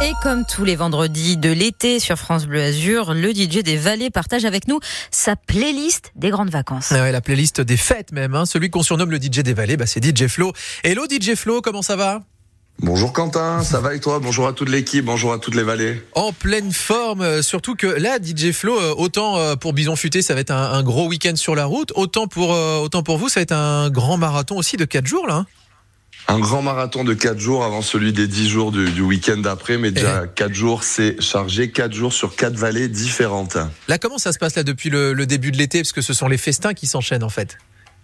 Et comme tous les vendredis de l'été sur France Bleu Azur, le DJ des Vallées partage avec nous sa playlist des grandes vacances. Ouais, la playlist des fêtes même, celui qu'on surnomme le DJ des Vallées, c'est DJ Flo. Hello DJ Flo, comment ça va ? Bonjour Quentin, ça va et toi ? Bonjour à toute l'équipe, bonjour à toutes les vallées. En pleine forme, surtout que là, DJ Flo, autant pour Bison Futé, ça va être un gros week-end sur la route, autant pour vous, ça va être un grand marathon aussi de 4 jours là. Un grand marathon de 4 jours avant celui des 10 jours du week-end d'après, mais déjà 4 jours c'est chargé, 4 jours sur 4 vallées différentes. Là, comment ça se passe là depuis le début de l'été, parce que ce sont les festins qui s'enchaînent en fait.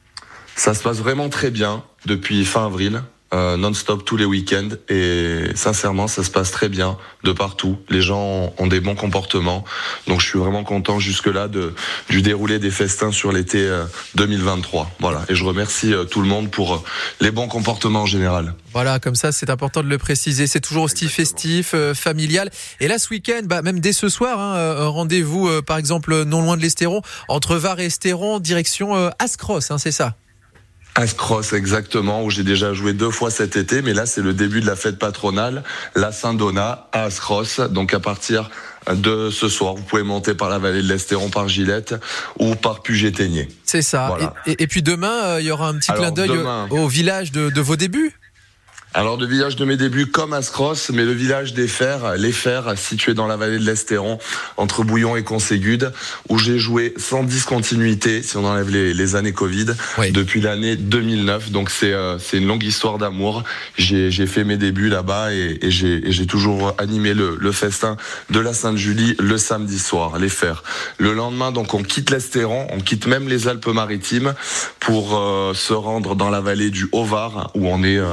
Ça se passe vraiment très bien depuis fin avril. Non-stop tous les week-ends et sincèrement ça se passe très bien de partout, les gens ont des bons comportements, donc je suis vraiment content jusque-là du déroulé des festins sur l'été 2023, voilà, et je remercie tout le monde pour les bons comportements en général. Voilà, comme ça c'est important de le préciser, c'est toujours aussi festif, familial, et là ce week-end, même dès ce soir, rendez-vous par exemple non loin de l'Estéron, entre Var et Estéron, direction Ascross, c'est ça? Ascross, exactement, où j'ai déjà joué 2 fois cet été, mais là c'est le début de la fête patronale, la Saint-Donat à Ascross, donc à partir de ce soir, vous pouvez monter par la vallée de l'Estéron, par Gillette ou par Puget-Théniers. C'est ça, voilà. et puis demain, il y aura un petit clin d'œil au village de vos débuts. Alors, le village de mes débuts comme Ascross, mais le village des Fers, les Fers, situé dans la vallée de l'Estéron, entre Bouillon et Conségude, où j'ai joué sans discontinuité, si on enlève les années Covid, depuis l'année 2009. Donc c'est une longue histoire d'amour. J'ai fait mes débuts là-bas et j'ai toujours animé le festin de la Sainte-Julie le samedi soir, les Fers. Le lendemain, donc on quitte l'Estéron, on quitte même les Alpes-Maritimes pour se rendre dans la vallée du Haut-Var, où on est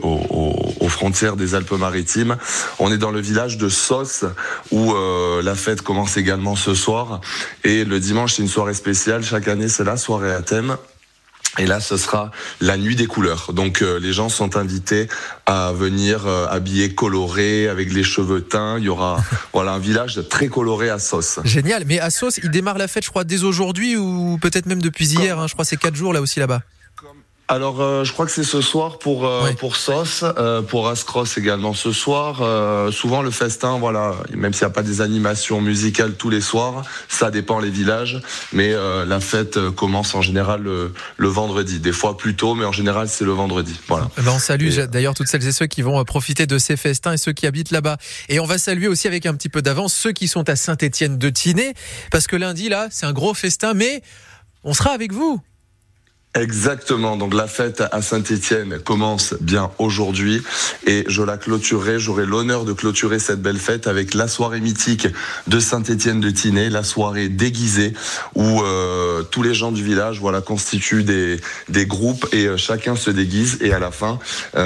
aux frontières des Alpes-Maritimes. On est dans le village de Sauce où la fête commence également ce soir. Et le dimanche, c'est une soirée spéciale. Chaque année, c'est la soirée à thème. Et là, ce sera la nuit des couleurs. Donc, les gens sont invités à venir habillés, colorés, avec les cheveux teints. Il y aura un village très coloré à Sauce. Génial. Mais à Sauce, il démarre la fête, je crois, dès aujourd'hui ou peut-être même depuis hier. Je crois que c'est 4 jours là aussi là-bas. Alors, je crois que c'est ce soir pour Sauce, pour Ascross également ce soir. Souvent le festin, même s'il n'y a pas des animations musicales tous les soirs, ça dépend les villages, mais la fête commence en général le vendredi. Des fois plus tôt, mais en général c'est le vendredi. Voilà. On salue d'ailleurs toutes celles et ceux qui vont profiter de ces festins et ceux qui habitent là-bas. Et on va saluer aussi avec un petit peu d'avance ceux qui sont à Saint-Étienne-de-Tinée, parce que lundi là, c'est un gros festin, mais on sera avec vous. Exactement, donc la fête à Saint-Étienne commence bien aujourd'hui et je la clôturerai, j'aurai l'honneur de clôturer cette belle fête avec la soirée mythique de Saint-Étienne-de-Tinée, la soirée déguisée où tous les gens du village constituent des groupes et chacun se déguise et à la fin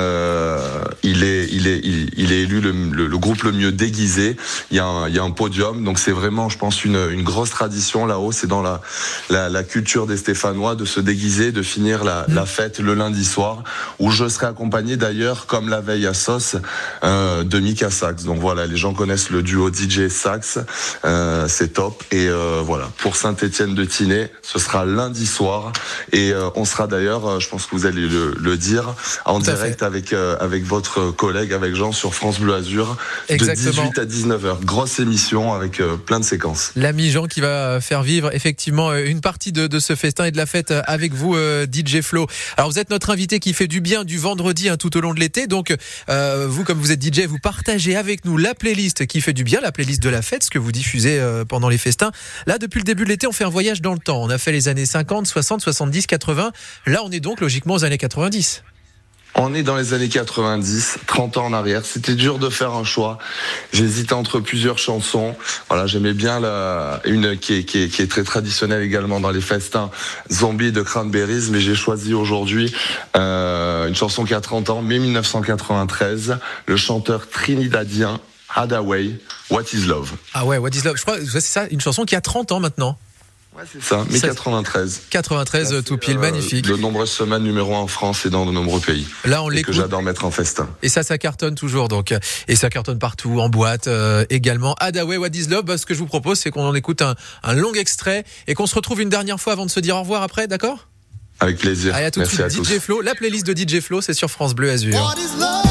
il est élu le groupe le mieux déguisé. Il y a un podium, donc c'est vraiment, je pense, une grosse tradition là-haut, c'est dans la culture des Stéphanois de se déguiser, de finir la fête le lundi soir, où je serai accompagné d'ailleurs, comme la veille à Sauce, de Mika Sax. Donc voilà, les gens connaissent le duo DJ Sax, c'est top. Et pour Saint-Étienne-de-Tinée, ce sera lundi soir, et on sera d'ailleurs, je pense que vous allez le dire, en direct avec votre collègue, avec Jean sur France Bleu Azur, Exactement. de 18 à 19h. Grosse émission avec plein de séquences. L'ami Jean qui va faire vivre effectivement une partie de ce festin et de la fête avec vous, DJ Flo. Alors vous êtes notre invité qui fait du bien du vendredi tout au long de l'été, donc vous, comme vous êtes DJ, vous partagez avec nous la playlist qui fait du bien, la playlist de la fête, ce que vous diffusez pendant les festins. Là, depuis le début de l'été, on fait un voyage dans le temps. On a fait les années 50, 60, 70, 80. Là, on est donc logiquement aux années 90. On est dans les années 90, 30 ans en arrière. C'était dur de faire un choix. J'hésitais entre plusieurs chansons. Voilà, j'aimais bien une qui est très traditionnelle également dans les festins, Zombie de Cranberries, mais j'ai choisi aujourd'hui une chanson qui a 30 ans, mai 1993, le chanteur trinidadien Hadaway, What is Love. Ah ouais, What is Love. Je crois que c'est ça, une chanson qui a 30 ans maintenant. Ouais, c'est ça, mais 93. 93, tout pile, magnifique. De nombreuses semaines numéro 1 en France et dans de nombreux pays. Là, on l'écoute. Que j'adore mettre en festin. Et ça cartonne toujours, donc. Et ça cartonne partout, en boîte, également. Hadaway, What is Love. Ce que je vous propose, c'est qu'on en écoute un long extrait et qu'on se retrouve une dernière fois avant de se dire au revoir après, d'accord ? Avec plaisir. Allez, à tout de suite, DJ Flo. La playlist de DJ Flo, c'est sur France Bleu Azur. What is love?